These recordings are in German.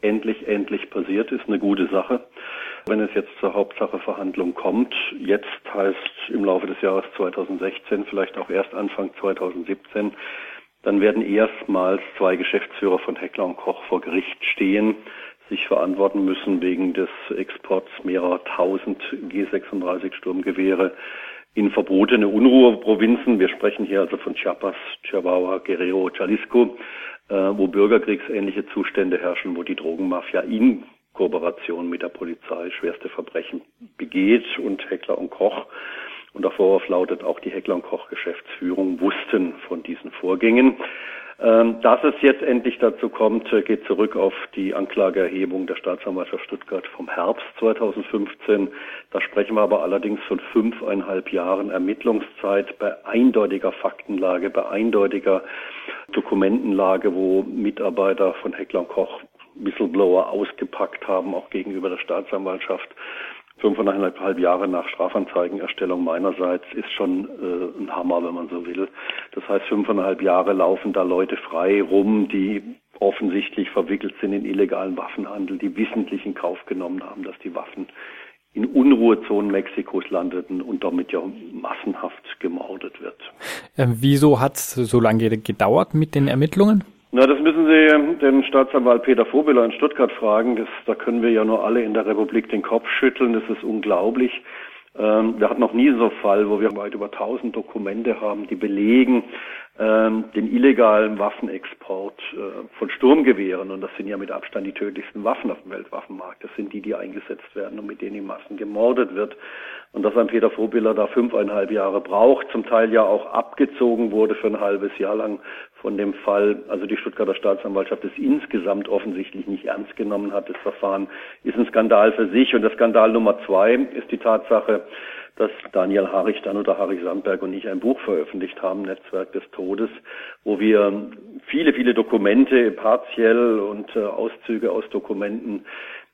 endlich passiert, ist eine gute Sache. Wenn es jetzt zur Hauptsacheverhandlung kommt, jetzt heißt im Laufe des Jahres 2016, vielleicht auch erst Anfang 2017, dann werden erstmals 2 Geschäftsführer von Heckler & Koch vor Gericht stehen, sich verantworten müssen wegen des Exports mehrerer tausend G36 Sturmgewehre in verbotene Unruheprovinzen. Wir sprechen hier also von Chiapas, Chihuahua, Guerrero, Jalisco, wo bürgerkriegsähnliche Zustände herrschen, wo die Drogenmafia in Kooperation mit der Polizei schwerste Verbrechen begeht und Heckler & Koch. Und der Vorwurf lautet, auch die Heckler & Koch Geschäftsführung wussten von diesen Vorgängen. Dass es jetzt endlich dazu kommt, geht zurück auf die Anklageerhebung der Staatsanwaltschaft Stuttgart vom Herbst 2015. Da sprechen wir aber allerdings von 5,5 Jahren Ermittlungszeit bei eindeutiger Faktenlage, bei eindeutiger Dokumentenlage, wo Mitarbeiter von Heckler & Koch Whistleblower ausgepackt haben, auch gegenüber der Staatsanwaltschaft. 5,5 Jahre nach Strafanzeigenerstellung meinerseits ist schon ein Hammer, wenn man so will. Das heißt, 5,5 Jahre laufen da Leute frei rum, die offensichtlich verwickelt sind in illegalen Waffenhandel, die wissentlich in Kauf genommen haben, dass die Waffen in Unruhezonen Mexikos landeten und damit ja massenhaft gemordet wird. Wieso hat es so lange gedauert mit den Ermittlungen? Na, das müssen Sie den Staatsanwalt Peter Vohbiller in Stuttgart fragen. Da können wir ja nur alle in der Republik den Kopf schütteln. Das ist unglaublich. Wir hatten noch nie so einen Fall, wo wir weit über 1000 Dokumente haben, die belegen den illegalen Waffenexport von Sturmgewehren. Und das sind ja mit Abstand die tödlichsten Waffen auf dem Weltwaffenmarkt. Das sind die eingesetzt werden und mit denen in Massen gemordet wird. Und dass ein Peter Vohbiller da 5,5 Jahre braucht, zum Teil ja auch abgezogen wurde für ein halbes Jahr lang von dem Fall, also die Stuttgarter Staatsanwaltschaft es insgesamt offensichtlich nicht ernst genommen hat, das Verfahren, ist ein Skandal für sich. Und der Skandal Nummer 2 ist die Tatsache, dass Daniel Harich dann oder Harich Sandberg und ich ein Buch veröffentlicht haben, Netzwerk des Todes, wo wir viele Dokumente partiell und Auszüge aus Dokumenten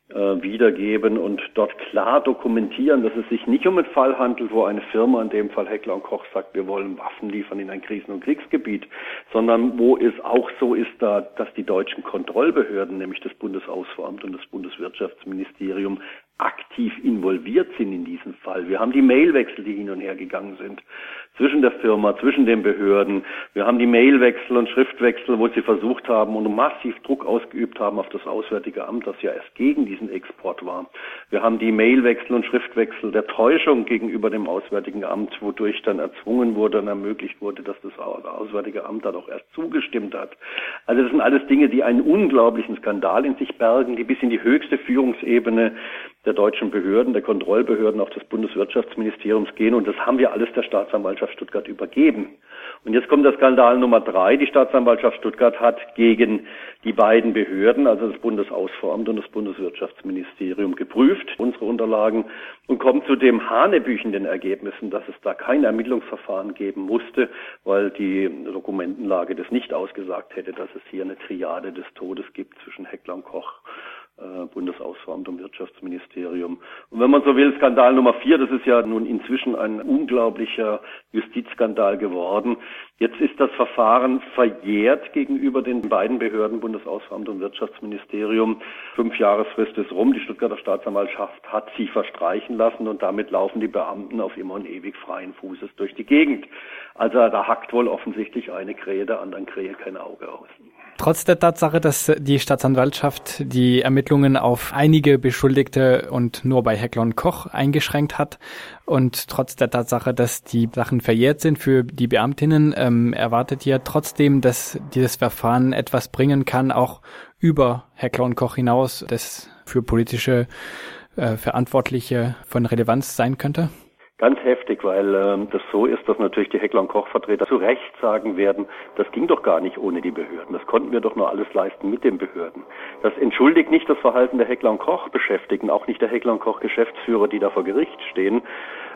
wiedergeben und dort klar dokumentieren, dass es sich nicht um einen Fall handelt, wo eine Firma, in dem Fall Heckler & Koch, sagt, wir wollen Waffen liefern in ein Krisen- und Kriegsgebiet, sondern wo es auch so ist, dass die deutschen Kontrollbehörden, nämlich das Bundesaußenministerium und das Bundeswirtschaftsministerium, aktiv involviert sind in diesen Fall. Wir haben die Mailwechsel, die hin und her gegangen sind, zwischen der Firma, zwischen den Behörden. Wir haben die Mailwechsel und Schriftwechsel, wo sie versucht haben und massiv Druck ausgeübt haben auf das Auswärtige Amt, das ja erst gegen diesen Export war. Wir haben die Mailwechsel und Schriftwechsel der Täuschung gegenüber dem Auswärtigen Amt, wodurch dann erzwungen wurde und ermöglicht wurde, dass das Auswärtige Amt dann auch erst zugestimmt hat. Also das sind alles Dinge, die einen unglaublichen Skandal in sich bergen, die bis in die höchste Führungsebene der deutschen Behörden, der Kontrollbehörden, auch des Bundeswirtschaftsministeriums gehen. Und das haben wir alles der Staatsanwaltschaft Stuttgart übergeben. Und jetzt kommt der Skandal Nummer 3. Die Staatsanwaltschaft Stuttgart hat gegen die beiden Behörden, also das Bundesaußenministerium und das Bundeswirtschaftsministerium, geprüft, unsere Unterlagen, und kommt zu dem hanebüchenden Ergebnissen, dass es da kein Ermittlungsverfahren geben musste, weil die Dokumentenlage das nicht ausgesagt hätte, dass es hier eine Triade des Todes gibt zwischen Heckler & Koch, Bundesaußenministerium und Wirtschaftsministerium. Und wenn man so will, Skandal Nummer 4, das ist ja nun inzwischen ein unglaublicher Justizskandal geworden. Jetzt ist das Verfahren verjährt gegenüber den beiden Behörden, Bundesaußenministerium und Wirtschaftsministerium. 5 Jahresfrist ist rum. Die Stuttgarter Staatsanwaltschaft hat sie verstreichen lassen und damit laufen die Beamten auf immer und ewig freien Fußes durch die Gegend. Also da hackt wohl offensichtlich eine Krähe der anderen Krähe kein Auge aus. Trotz der Tatsache, dass die Staatsanwaltschaft die Ermittlungen auf einige Beschuldigte und nur bei Heckler & Koch eingeschränkt hat und trotz der Tatsache, dass die Sachen verjährt sind für die Beamtinnen, erwartet ihr trotzdem, dass dieses Verfahren etwas bringen kann, auch über Heckler & Koch hinaus, das für politische Verantwortliche von Relevanz sein könnte? Ganz heftig, weil das so ist, dass natürlich die Heckler & Koch-Vertreter zu Recht sagen werden, das ging doch gar nicht ohne die Behörden. Das konnten wir doch nur alles leisten mit den Behörden. Das entschuldigt nicht das Verhalten der Heckler & Koch-Beschäftigten, auch nicht der Heckler & Koch-Geschäftsführer, die da vor Gericht stehen.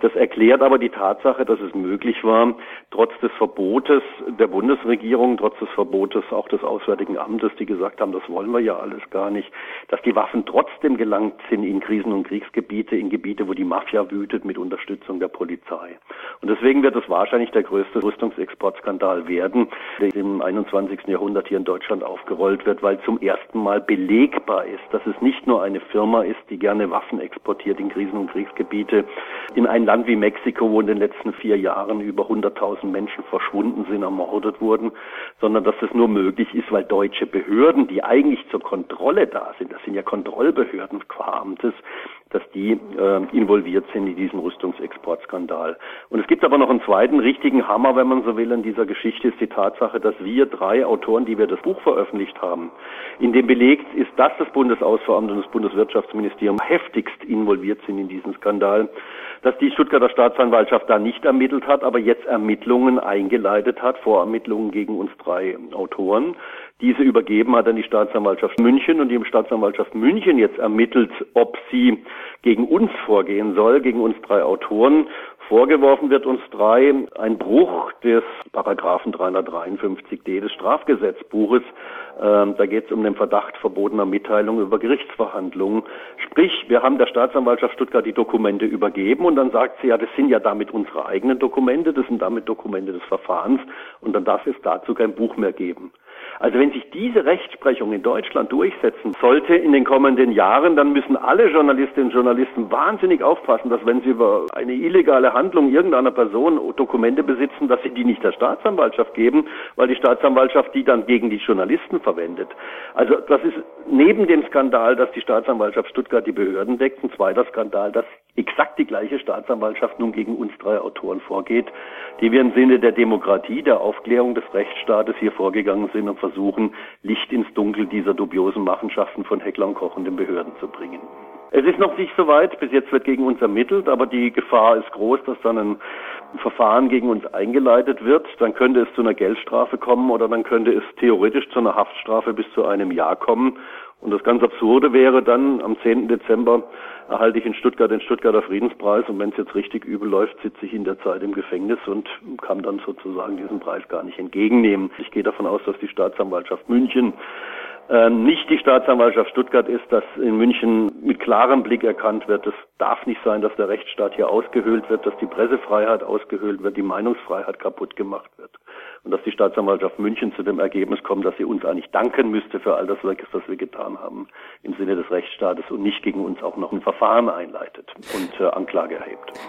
Das erklärt aber die Tatsache, dass es möglich war, trotz des Verbotes der Bundesregierung, trotz des Verbotes auch des Auswärtigen Amtes, die gesagt haben, das wollen wir ja alles gar nicht, dass die Waffen trotzdem gelangt sind in Krisen- und Kriegsgebiete, in Gebiete, wo die Mafia wütet, mit Unterstützung der Polizei. Und deswegen wird es wahrscheinlich der größte Rüstungsexportskandal werden, der im 21. Jahrhundert hier in Deutschland aufgerollt wird, weil zum ersten Mal belegbar ist, dass es nicht nur eine Firma ist, die gerne Waffen exportiert in Krisen- und Kriegsgebiete, in ein Land wie Mexiko, wo in den letzten 4 Jahren über 100.000 Menschen verschwunden sind, ermordet wurden, sondern dass es nur möglich ist, weil deutsche Behörden, die eigentlich zur Kontrolle da sind, das sind ja Kontrollbehörden qua Amtes, dass die involviert sind in diesen Rüstungsexportskandal. Und es gibt aber noch einen zweiten richtigen Hammer, wenn man so will, in dieser Geschichte ist die Tatsache, dass wir 3 Autoren, die wir das Buch veröffentlicht haben, in dem belegt ist, dass das Bundesausfuhramt und das Bundeswirtschaftsministerium heftigst involviert sind in diesen Skandal, dass die Stuttgarter Staatsanwaltschaft da nicht ermittelt hat, aber jetzt Ermittlungen eingeleitet hat, Vorermittlungen gegen uns 3 Autoren. Diese übergeben hat an die Staatsanwaltschaft München und die Staatsanwaltschaft München jetzt ermittelt, ob sie gegen uns vorgehen soll, gegen uns 3 Autoren. Vorgeworfen wird uns 3 ein Bruch des Paragraphen 353d des Strafgesetzbuches. Da geht es um den Verdacht verbotener Mitteilung über Gerichtsverhandlungen. Sprich, wir haben der Staatsanwaltschaft Stuttgart die Dokumente übergeben und dann sagt sie, ja, das sind ja damit unsere eigenen Dokumente, das sind damit Dokumente des Verfahrens und dann darf es dazu kein Buch mehr geben. Also wenn sich diese Rechtsprechung in Deutschland durchsetzen sollte in den kommenden Jahren, dann müssen alle Journalistinnen und Journalisten wahnsinnig aufpassen, dass wenn sie über eine illegale Handlung irgendeiner Person Dokumente besitzen, dass sie die nicht der Staatsanwaltschaft geben, weil die Staatsanwaltschaft die dann gegen die Journalisten verwendet. Also das ist neben dem Skandal, dass die Staatsanwaltschaft Stuttgart die Behörden deckt, ein zweiter Skandal, dass exakt die gleiche Staatsanwaltschaft nun gegen uns 3 Autoren vorgeht, die wir im Sinne der Demokratie, der Aufklärung des Rechtsstaates hier vorgegangen sind und versuchen, Licht ins Dunkel dieser dubiosen Machenschaften von Heckler und Koch und den Behörden zu bringen. Es ist noch nicht so weit, bis jetzt wird gegen uns ermittelt, aber die Gefahr ist groß, dass dann ein Verfahren gegen uns eingeleitet wird. Dann könnte es zu einer Geldstrafe kommen oder dann könnte es theoretisch zu einer Haftstrafe bis zu einem Jahr kommen. Und das ganz Absurde wäre dann, am 10. Dezember erhalte ich in Stuttgart den Stuttgarter Friedenspreis und wenn es jetzt richtig übel läuft, sitze ich in der Zeit im Gefängnis und kann dann sozusagen diesen Preis gar nicht entgegennehmen. Ich gehe davon aus, dass die Staatsanwaltschaft München nicht die Staatsanwaltschaft Stuttgart ist, dass in München mit klarem Blick erkannt wird, es darf nicht sein, dass der Rechtsstaat hier ausgehöhlt wird, dass die Pressefreiheit ausgehöhlt wird, die Meinungsfreiheit kaputt gemacht wird. Und dass die Staatsanwaltschaft München zu dem Ergebnis kommt, dass sie uns eigentlich danken müsste für all das, was wir getan haben im Sinne des Rechtsstaates und nicht gegen uns auch noch ein Verfahren einleitet und Anklage erhebt.